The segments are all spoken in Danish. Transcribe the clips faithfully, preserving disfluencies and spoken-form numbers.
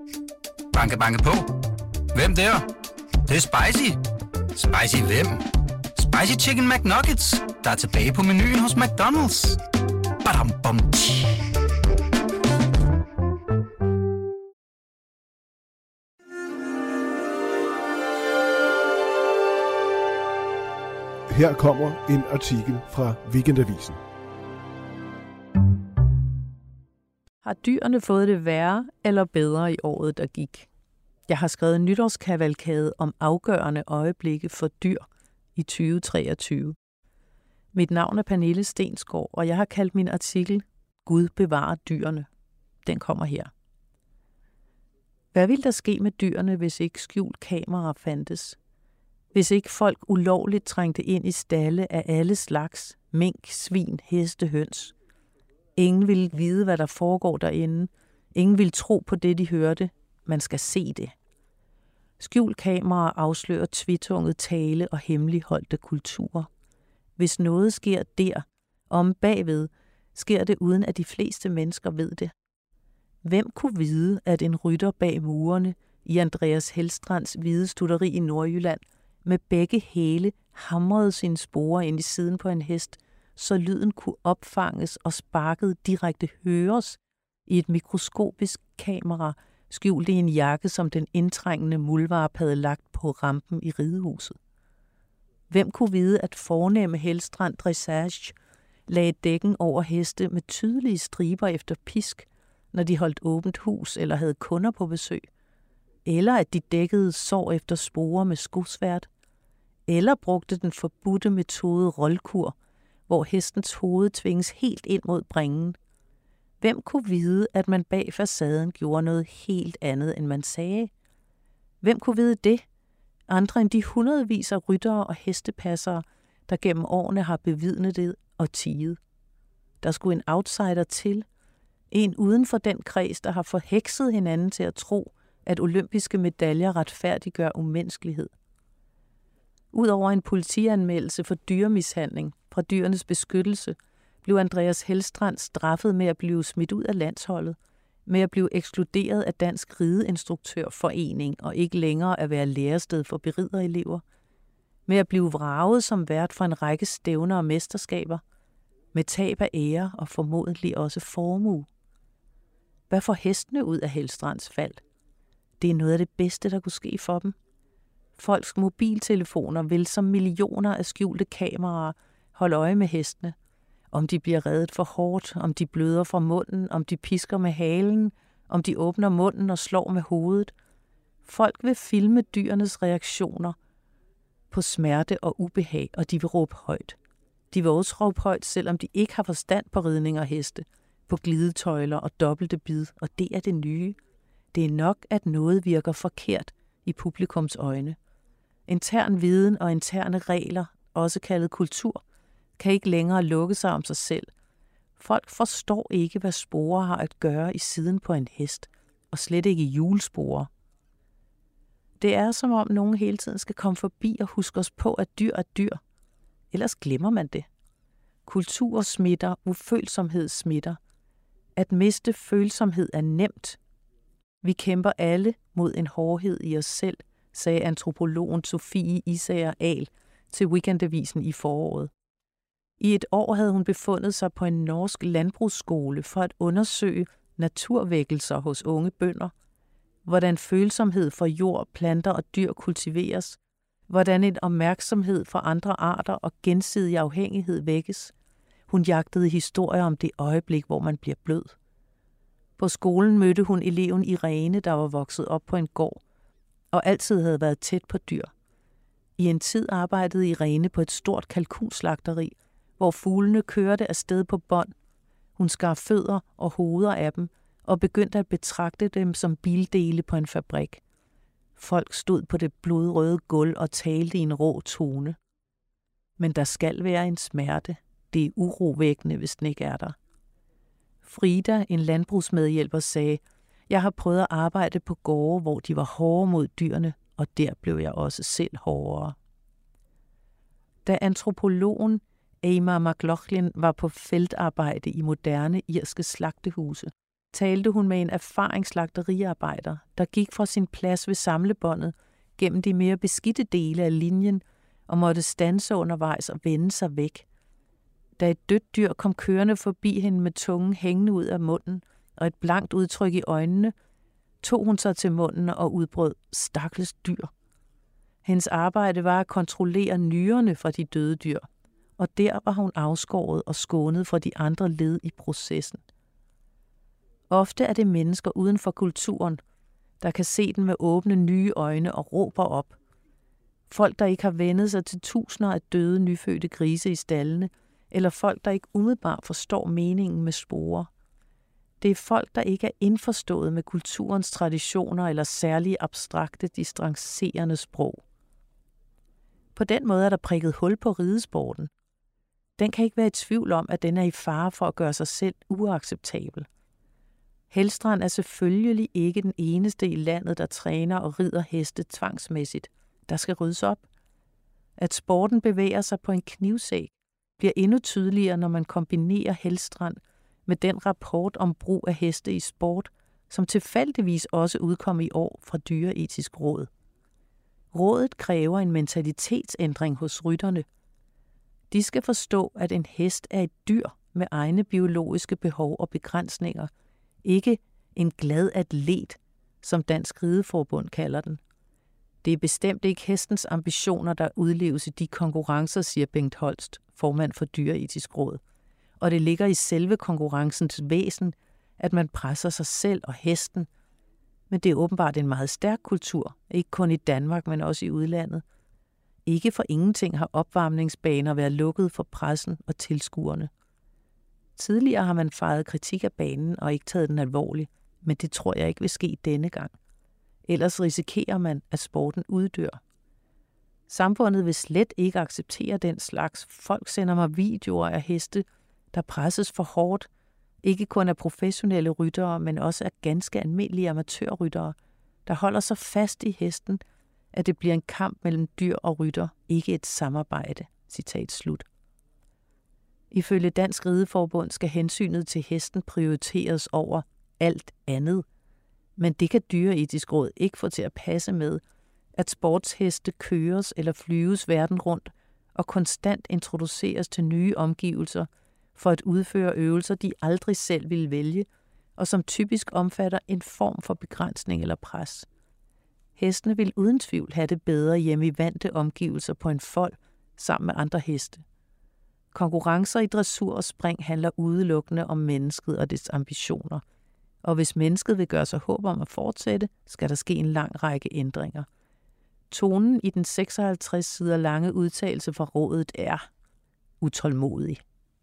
Banke, banke på. Hvem der? Det, det er spicy. Spicy hvem? Spicy Chicken McNuggets, der er tilbage på menuen hos McDonald's. Badum, bom, tji. Her kommer en artikel fra Weekendavisen. Har dyrene fået det værre eller bedre i året, der gik? Jeg har skrevet en nytårskavalkade om afgørende øjeblikke for dyr i tyve treogtyve. Mit navn er Pernille Stensgaard, og jeg har kaldt min artikel Gud bevarer dyrene. Den kommer her. Hvad ville der ske med dyrene, hvis ikke skjult kamera fandtes? Hvis ikke folk ulovligt trængte ind i stalle af alle slags, mink, svin, heste, høns? Ingen ville vide, hvad der foregår derinde. Ingen ville tro på det, de hørte. Man skal se det. Skjult kamera afslører tvetunget tale og hemmeligholdte kulturer. Hvis noget sker der, om bagved, sker det uden at de fleste mennesker ved det. Hvem kunne vide, at en rytter bag murene i Andreas Hellstrands hvide stutteri i Nordjylland med begge hæle hamrede sine sporer ind i siden på en hest, så lyden kunne opfanges og sparket direkte høres i et mikroskopisk kamera, skjult i en jakke, som den indtrængende muldvarp havde lagt på rampen i ridehuset. Hvem kunne vide, at fornemme Hellstrand Dressage lagde dækken over heste med tydelige striber efter pisk, når de holdt åbent hus eller havde kunder på besøg? Eller at de dækkede sår efter sporer med skosvært? Eller brugte den forbudte metode rollkur, hvor hestens hoved tvinges helt ind mod bringen? Hvem kunne vide, at man bag facaden gjorde noget helt andet, end man sagde? Hvem kunne vide det? Andre end de hundredvis af ryttere og hestepassere, der gennem årene har bevidnet det og tiget. Der skulle en outsider til. En uden for den kreds, der har forhekset hinanden til at tro, at olympiske medaljer retfærdiggør umenneskelighed. Udover en politianmeldelse for dyremishandling fra Dyrenes Beskyttelse, blev Andreas Hellstrand straffet med at blive smidt ud af landsholdet, med at blive ekskluderet af Dansk Rideinstruktørforening og ikke længere at være lærested for beriderelever, med at blive vraget som vært for en række stævner og mesterskaber, med tab af ære og formodentlig også formue. Hvad får hestene ud af Hellstrands fald? Det er noget af det bedste, der kunne ske for dem. Folks mobiltelefoner vil som millioner af skjulte kameraer holde øje med hestene. Om de bliver reddet for hårdt, om de bløder fra munden, om de pisker med halen, om de åbner munden og slår med hovedet. Folk vil filme dyrenes reaktioner på smerte og ubehag, og de vil råbe højt. De vil også råbe højt, selvom de ikke har forstand på ridning og heste, på glidetøjler og dobbelte bid, og det er det nye. Det er nok, at noget virker forkert i publikums øjne. Intern viden og interne regler, også kaldet kultur, kan ikke længere lukke sig om sig selv. Folk forstår ikke, hvad sporer har at gøre i siden på en hest, og slet ikke hjulsporer. Det er som om nogen hele tiden skal komme forbi og huske os på, at dyr er dyr. Ellers glemmer man det. Kultur smitter, ufølsomhed smitter. At miste følsomhed er nemt. Vi kæmper alle mod en hårdhed i os selv, sagde antropologen Sofie Isager Ahl til Weekendavisen i foråret. I et år havde hun befundet sig på en norsk landbrugsskole for at undersøge naturvækkelser hos unge bønder, hvordan følsomhed for jord, planter og dyr kultiveres, hvordan en opmærksomhed for andre arter og gensidig afhængighed vækkes. Hun jagtede historier om det øjeblik, hvor man bliver blød. På skolen mødte hun eleven Irene, der var vokset op på en gård, og altid havde været tæt på dyr. I en tid arbejdede Irene på et stort kalkunslagteri, hvor fuglene kørte afsted på bånd. Hun skar fødder og hoveder af dem, og begyndte at betragte dem som bildele på en fabrik. Folk stod på det blodrøde gulv og talte i en rå tone. Men der skal være en smerte. Det er urovækkende, hvis den ikke er der. Frida, en landbrugsmedhjælper, sagde, jeg har prøvet at arbejde på gårde, hvor de var hårde mod dyrene, og der blev jeg også selv hårdere. Da antropologen Eamon McLaughlin var på feltarbejde i moderne irske slagtehuse, talte hun med en erfaringsslagteriarbejder, der gik fra sin plads ved samlebåndet gennem de mere beskidte dele af linjen og måtte standse undervejs og vende sig væk. Da et dødt dyr kom kørende forbi hende med tungen hængende ud af munden og et blankt udtryk i øjnene, tog hun sig til munden og udbrød: "Stakkels dyr." Hendes arbejde var at kontrollere nyrerne fra de døde dyr, og der var hun afskåret og skånet fra de andre led i processen. Ofte er det mennesker uden for kulturen, der kan se den med åbne nye øjne og råber op. Folk, der ikke har vendet sig til tusinder af døde nyfødte grise i staldene, eller folk, der ikke umiddelbart forstår meningen med sporer. Det er folk, der ikke er indforstået med kulturens traditioner eller særlige abstrakte, distancerende sprog. På den måde er der prikket hul på ridesporten. Den kan ikke være i tvivl om, at den er i fare for at gøre sig selv uacceptabel. Helstrand er selvfølgelig ikke den eneste i landet, der træner og rider heste tvangsmæssigt. Der skal ryddes op. At sporten bevæger sig på en knivsæg, bliver endnu tydeligere, når man kombinerer Helstrand med den rapport om brug af heste i sport, som tilfældigvis også udkom i år fra Dyreetisk Råd. Rådet kræver en mentalitetsændring hos rytterne. De skal forstå, at en hest er et dyr med egne biologiske behov og begrænsninger, ikke en glad atlet, som Dansk Rideforbund kalder den. Det er bestemt ikke hestens ambitioner, der udleves i de konkurrencer, siger Bengt Holst, formand for Dyreetisk Råd. Og det ligger i selve konkurrencens væsen, at man presser sig selv og hesten. Men det er åbenbart en meget stærk kultur, ikke kun i Danmark, men også i udlandet. Ikke for ingenting har opvarmningsbaner været lukket for pressen og tilskuerne. Tidligere har man fejret kritik af banen og ikke taget den alvorligt, men det tror jeg ikke vil ske denne gang. Ellers risikerer man, at sporten uddør. Samfundet vil slet ikke acceptere den slags. Folk sender mig videoer af heste, der presses for hårdt, ikke kun af professionelle ryttere, men også af ganske almindelige amatørryttere, der holder sig fast i hesten, at det bliver en kamp mellem dyr og rytter, ikke et samarbejde. Citat slut. Ifølge Dansk Rideforbund skal hensynet til hesten prioriteres over alt andet, men det kan Dyreetisk Råd ikke få til at passe med, at sportsheste køres eller flyves verden rundt og konstant introduceres til nye omgivelser for at udføre øvelser, de aldrig selv ville vælge, og som typisk omfatter en form for begrænsning eller pres. Hestene vil uden tvivl have det bedre hjemme i vante omgivelser på en fold sammen med andre heste. Konkurrencer i dressur og spring handler udelukkende om mennesket og dets ambitioner, og hvis mennesket vil gøre sig håb om at fortsætte, skal der ske en lang række ændringer. Tonen i den seksoghalvtreds sider lange udtalelse fra rådet er utålmodig.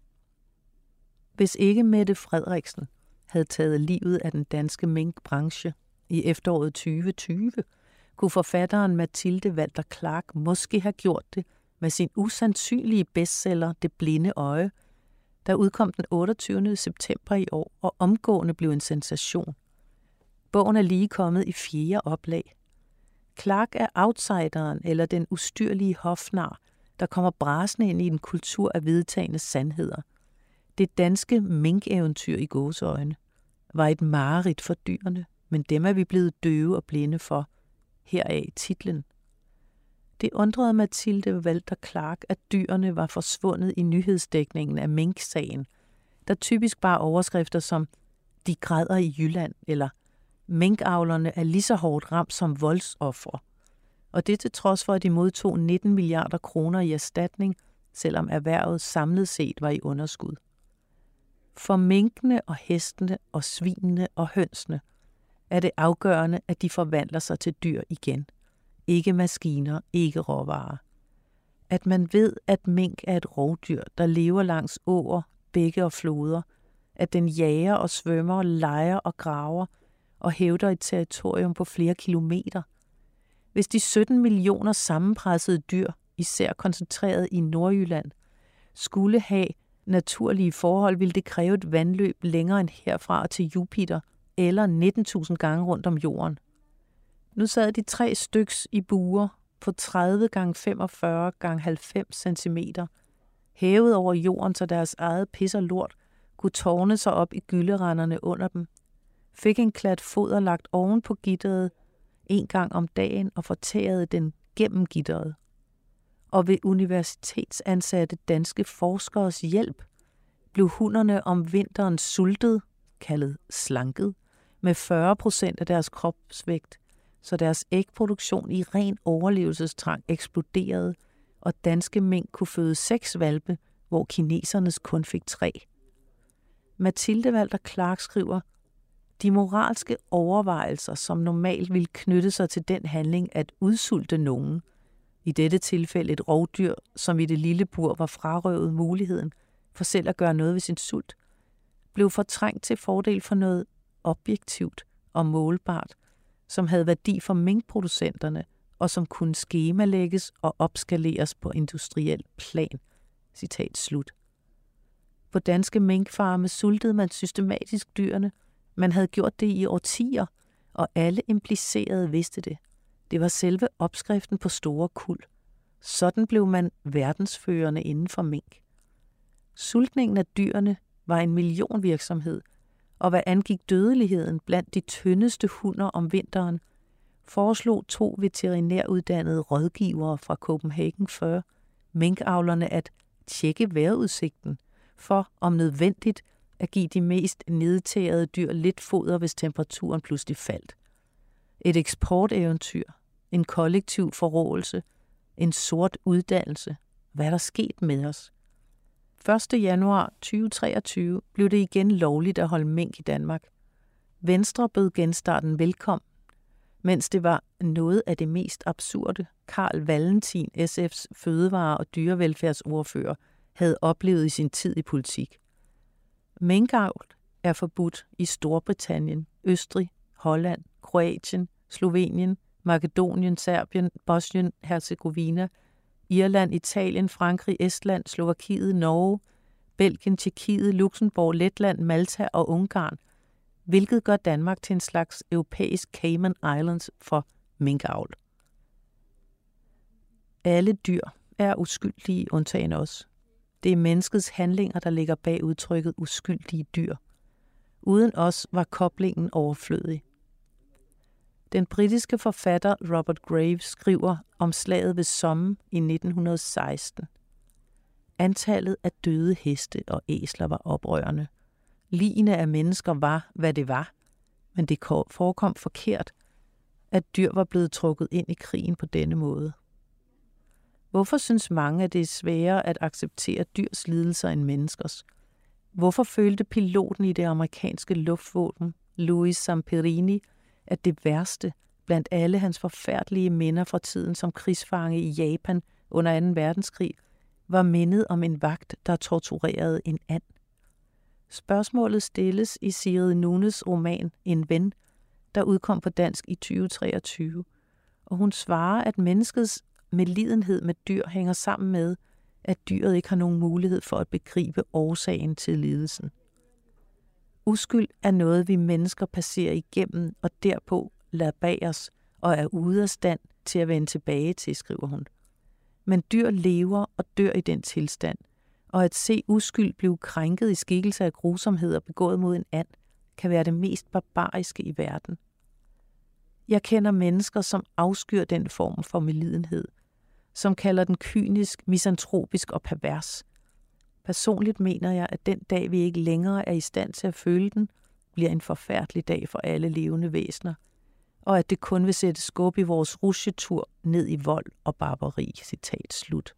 Hvis ikke Mette Frederiksen havde taget livet af den danske minkbranche i efteråret tyve tyve, kunne forfatteren Mathilde Walter Clark måske have gjort det med sin usandsynlige bestseller Det blinde øje, der udkom den otteogtyvende september i år og omgående blev en sensation. Bogen er lige kommet i fjerde oplag. Clark er outsideren eller den ustyrlige hofnar, der kommer brasende ind i en kultur af vedtagne sandheder. Det danske minkeventyr i gåseøjne var et mareridt for dyrene, men dem er vi blevet døve og blinde for. Heraf titlen. Det undrede Mathilde Walter Clark, at dyrene var forsvundet i nyhedsdækningen af minksagen, der typisk bare overskrifter som "De græder i Jylland" eller "Minkavlerne er lige så hårdt ramt som voldsofre". Og det til trods for, at de modtog nitten milliarder kroner i erstatning, selvom erhvervet samlet set var i underskud. For minkene og hestene og svinene og hønsene er det afgørende, at de forvandler sig til dyr igen. Ikke maskiner, ikke råvarer. At man ved, at mink er et rovdyr, der lever langs åer, bække og floder, at den jager og svømmer, leger og graver og hævder et territorium på flere kilometer. Hvis de sytten millioner sammenpressede dyr, især koncentreret i Nordjylland, skulle have naturlige forhold, ville det kræve et vandløb længere end herfra til Jupiter eller nitten tusind gange rundt om jorden. Nu sad de tre styks i buer på tredive gange femogfyrre gange halvfems centimeter, hævet over jorden, så deres eget pis og lort kunne tårne sig op i gylderenderne under dem. fik en klat foder lagt oven på gitteret en gang om dagen og fortærede den gennem gitteret. Og ved universitetsansatte danske forskeres hjælp blev hunderne om vinteren sultet, kaldet slanket, med fyrre procent af deres kropsvægt, så deres ægproduktion i ren overlevelsestrang eksploderede, og danske mink kunne føde seks hvalpe, hvor kinesernes kun fik tre. Mathilde Walter Clark skriver, de moralske overvejelser, som normalt ville knytte sig til den handling at udsulte nogen, i dette tilfælde et rovdyr, som i det lille bur var frarøvet muligheden for selv at gøre noget ved sin sult, blev fortrængt til fordel for noget objektivt og målbart, som havde værdi for minkproducenterne og som kunne skemalægges og opskaleres på industriel plan. Citat slut. På danske minkfarme sultede man systematisk dyrene. Man havde gjort det i årtier, og alle implicerede vidste det. Det var selve opskriften på store kuld. Sådan blev man verdensførende inden for mink. Sultningen af dyrene var en millionvirksomhed, og hvad angik dødeligheden blandt de tyndeste hunder om vinteren, foreslog to veterinæruddannede rådgivere fra Copenhagen fyrre minkavlerne at tjekke vejrudsigten for, om nødvendigt, at give de mest nedtærede dyr lidt foder, hvis temperaturen pludselig faldt. Et eksporteventyr, en kollektiv forrådelse, en sort uddannelse. Hvad er der sket med os? første januar tyve treogtyve blev det igen lovligt at holde mink i Danmark. Venstre bød genstarten velkommen, mens det var noget af det mest absurde, Carl Valentin, S F's fødevare- og dyrevelfærdsordfører, havde oplevet i sin tid i politik. Minkavl er forbudt i Storbritannien, Østrig, Holland, Kroatien, Slovenien, Makedonien, Serbien, Bosnien, Herzegovina, Irland, Italien, Frankrig, Estland, Slovakiet, Norge, Belgien, Tjekkiet, Luxembourg, Letland, Malta og Ungarn, hvilket gør Danmark til en slags europæisk Cayman Islands for minkavl. Alle dyr er uskyldige, undtagen os. Det er menneskets handlinger, der ligger bag udtrykket uskyldige dyr. Uden os var koblingen overflødig. Den britiske forfatter Robert Graves skriver om slaget ved Somme i nitten seksten. Antallet af døde heste og æsler var oprørende. Ligene af mennesker var, hvad det var, men det forekom forkert, at dyr var blevet trukket ind i krigen på denne måde. Hvorfor synes mange, at det er sværere at acceptere dyrs lidelser end menneskers? Hvorfor følte piloten i det amerikanske luftvåben, Louis Zamperini, at det værste blandt alle hans forfærdelige minder fra tiden som krigsfange i Japan under anden verdenskrig, var mindet om en vagt, der torturerede en and? Spørgsmålet stilles i Sigrid Nunes roman En ven, der udkom på dansk i tyve treogtyve, og hun svarer, at menneskets medlidenhed med dyr hænger sammen med, at dyret ikke har nogen mulighed for at begribe årsagen til lidelsen. Uskyld er noget, vi mennesker passerer igennem og derpå lader bag os og er ude af stand til at vende tilbage til, skriver hun. Men dyr lever og dør i den tilstand, og at se uskyld blive krænket i skikkelse af grusomheder begået mod en and, kan være det mest barbariske i verden. Jeg kender mennesker, som afskyr den form for medlidenhed, som kalder den kynisk, misantropisk og pervers. Personligt mener jeg, at den dag, vi ikke længere er i stand til at føle den, bliver en forfærdelig dag for alle levende væsener, og at det kun vil sætte skub i vores rusjetur ned i vold og barbari. Citat slut.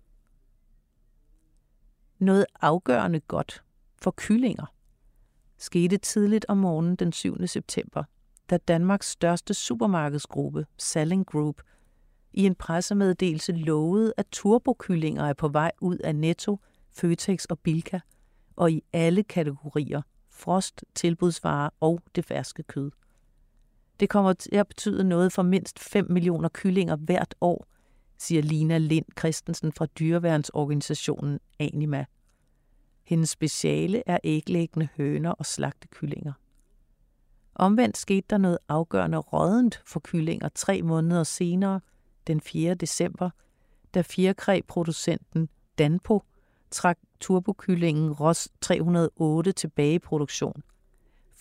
Noget afgørende godt for kyllinger skete tidligt om morgenen den syvende september, da Danmarks største supermarkedsgruppe, Salling Group, i en pressemeddelelse lovede, at turbokyllinger er på vej ud af Netto, Føtex og Bilka, og i alle kategorier, frost, tilbudsvarer og det ferske kød. Det kommer til at betyde noget for mindst fem millioner kyllinger hvert år, siger Lina Lind Christensen fra dyreværnsorganisationen Anima. Hendes speciale er æglæggende høner og slagtekyllinger. Omvendt skete der noget afgørende råddent for kyllinger tre måneder senere, den fjerde december, da fjerkræproducenten Danpo trak turbokyllingen Ross tre hundrede og otte tilbage i produktion.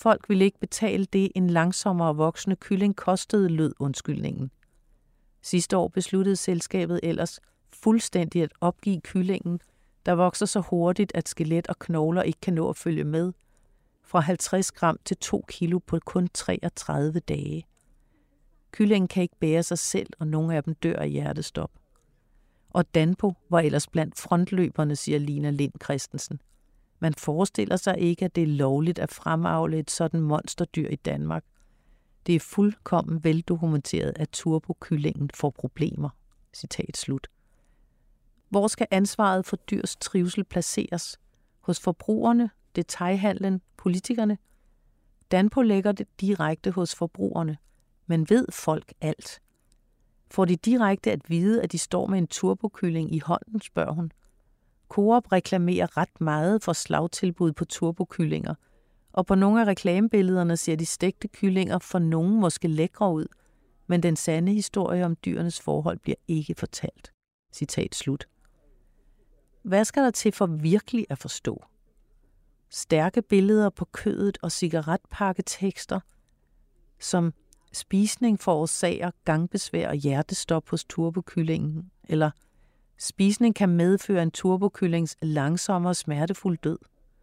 Folk ville ikke betale det, en langsommere voksende kylling kostede, lød undskyldningen. Sidste år besluttede selskabet ellers fuldstændig at opgive kyllingen, der vokser så hurtigt, at skelet og knogler ikke kan nå at følge med, fra halvtreds gram til to kilo på kun treogtredive dage. Kyllingen kan ikke bære sig selv, og nogle af dem dør af hjertestop. Og Danpo var ellers blandt frontløberne, siger Lina Lind Christensen. Man forestiller sig ikke, at det er lovligt at fremavle et sådan monsterdyr i Danmark. Det er fuldkommen veldokumenteret, at turbokyllingen får problemer. Citat slut. Hvor skal ansvaret for dyrs trivsel placeres? Hos forbrugerne, detailhandlen, politikerne? Danpo lægger det direkte hos forbrugerne. Men ved folk alt? Får de direkte at vide, at de står med en turbokylling i hånden, spørger hun. Coop reklamerer ret meget for slagtilbud på turbokyllinger, og på nogle af reklamebillederne ser de stegte kyllinger for nogen måske lækre ud, men den sande historie om dyrenes forhold bliver ikke fortalt. Citat slut. Hvad skal der til for virkelig at forstå? Stærke billeder på kødet og cigaretpakketekster, som spisning forårsager gangbesvær og hjertestop hos turbokyllingen, eller spisning kan medføre en turbokyllings langsommere og smertefuld død.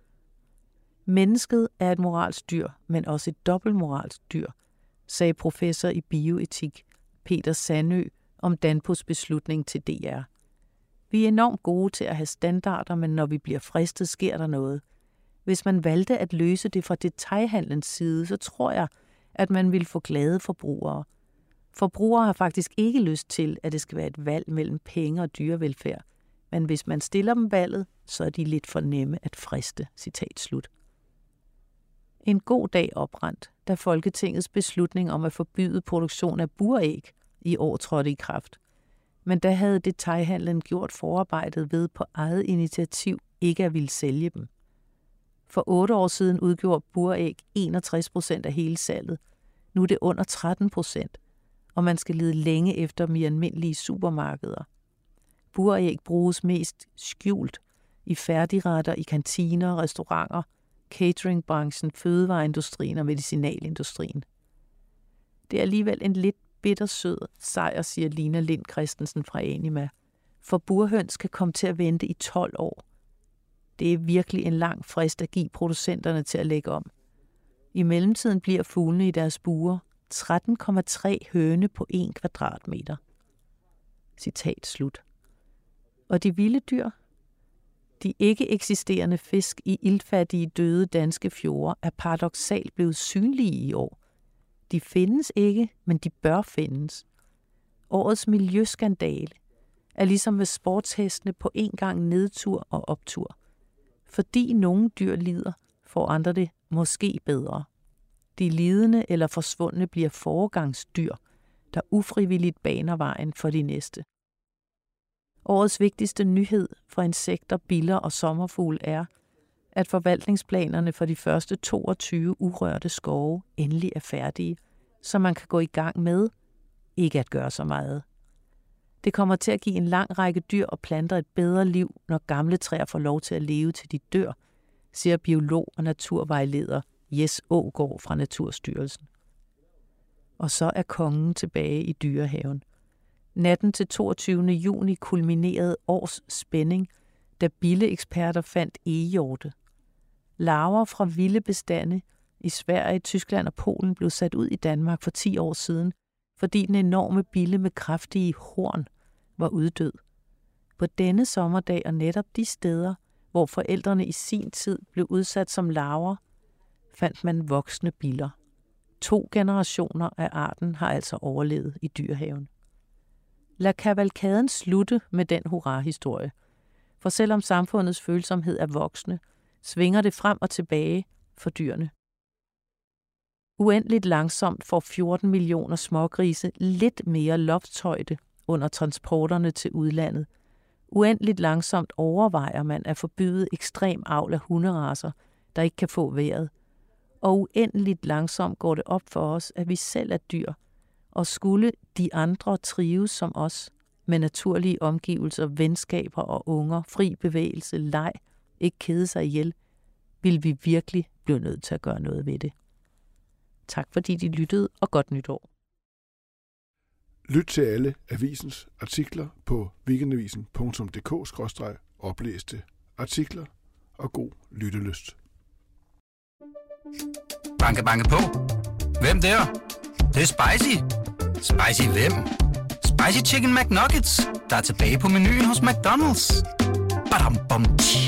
Mennesket er et moralsk dyr, men også et dobbeltmoralsk dyr, sagde professor i bioetik Peter Sandø om Danpos beslutning til D R. Vi er enormt gode til at have standarder, men når vi bliver fristet, sker der noget. Hvis man valgte at løse det fra detailhandlens side, så tror jeg, at man vil få glade forbrugere. Forbrugere har faktisk ikke lyst til, at det skal være et valg mellem penge og dyrevelfærd. Men hvis man stiller dem valget, så er de lidt for nemme at friste. Citat slut. En god dag oprandt, da Folketingets beslutning om at forbyde produktion af buræg i år trådte i kraft. Men da havde detailhandlen gjort forarbejdet ved på eget initiativ ikke at ville sælge dem. For otte år siden udgjorde buræg enogtres procent af hele salget. Nu er det under tretten procent, og man skal lede længe efter dem i almindelige supermarkeder. Buræg bruges mest skjult i færdigretter i kantiner, restauranter, cateringbranchen, fødevareindustrien og medicinalindustrien. Det er alligevel en lidt bittersød sejr, siger Lina Lind Christensen fra Anima. For burhøns kan komme til at vente i tolv år. Det er virkelig en lang frist at give producenterne til at lægge om. I mellemtiden bliver fuglene i deres buer tretten komma tre høne på en kvadratmeter. Citat slut. Og de vilde dyr? De ikke eksisterende fisk i iltfattige døde danske fjorde er paradoksalt blevet synlige i år. De findes ikke, men de bør findes. Årets miljøskandale er ligesom med sportshestene på en gang nedtur og optur. Fordi nogle dyr lider, får andre det måske bedre. De lidende eller forsvundne bliver foregangsdyr, der ufrivilligt baner vejen for de næste. Årets vigtigste nyhed for insekter, biller og sommerfugle er, at forvaltningsplanerne for de første toogtyve urørte skove endelig er færdige, så man kan gå i gang med ikke at gøre så meget. Det kommer til at give en lang række dyr og planter et bedre liv, når gamle træer får lov til at leve til de dør, siger biolog og naturvejleder Jes Aagaard fra Naturstyrelsen. Og så er kongen tilbage i Dyrehaven. Natten til toogtyvende juni kulminerede års spænding, da billeeksperter fandt egehjorte. Larver fra vilde bestande i Sverige, Tyskland og Polen blev sat ud i Danmark for ti år siden, fordi den enorme bille med kraftige horn var uddød. På denne sommerdag og netop de steder, hvor forældrene i sin tid blev udsat som larver, fandt man voksne biller. To generationer af arten har altså overlevet i Dyrehaven. Lad kavalkaden slutte med den hurra-historie. For selvom samfundets følsomhed er voksende, svinger det frem og tilbage for dyrene. Uendeligt langsomt får fjorten millioner smågrise lidt mere loftshøjde under transporterne til udlandet. Uendeligt langsomt overvejer man at forbyde ekstrem avl af hunderacer, der ikke kan få vejret. Og uendeligt langsomt går det op for os, at vi selv er dyr, og skulle de andre trives som os, med naturlige omgivelser, venskaber og unger, fri bevægelse, leg, ikke kede sig ihjel, vil vi virkelig blive nødt til at gøre noget ved det. Tak fordi de lyttede, og godt nytår. Lyt til alle avisens artikler på weekendavisen punktum d k skråstreg oplæste artikler, og god lyttelyst. Banke, banke på. Hvem der? Det, det er spicy. Spicy hvem? Spicy Chicken McNuggets, der er tilbage på menuen hos McDonald's. Badum, bom, tji.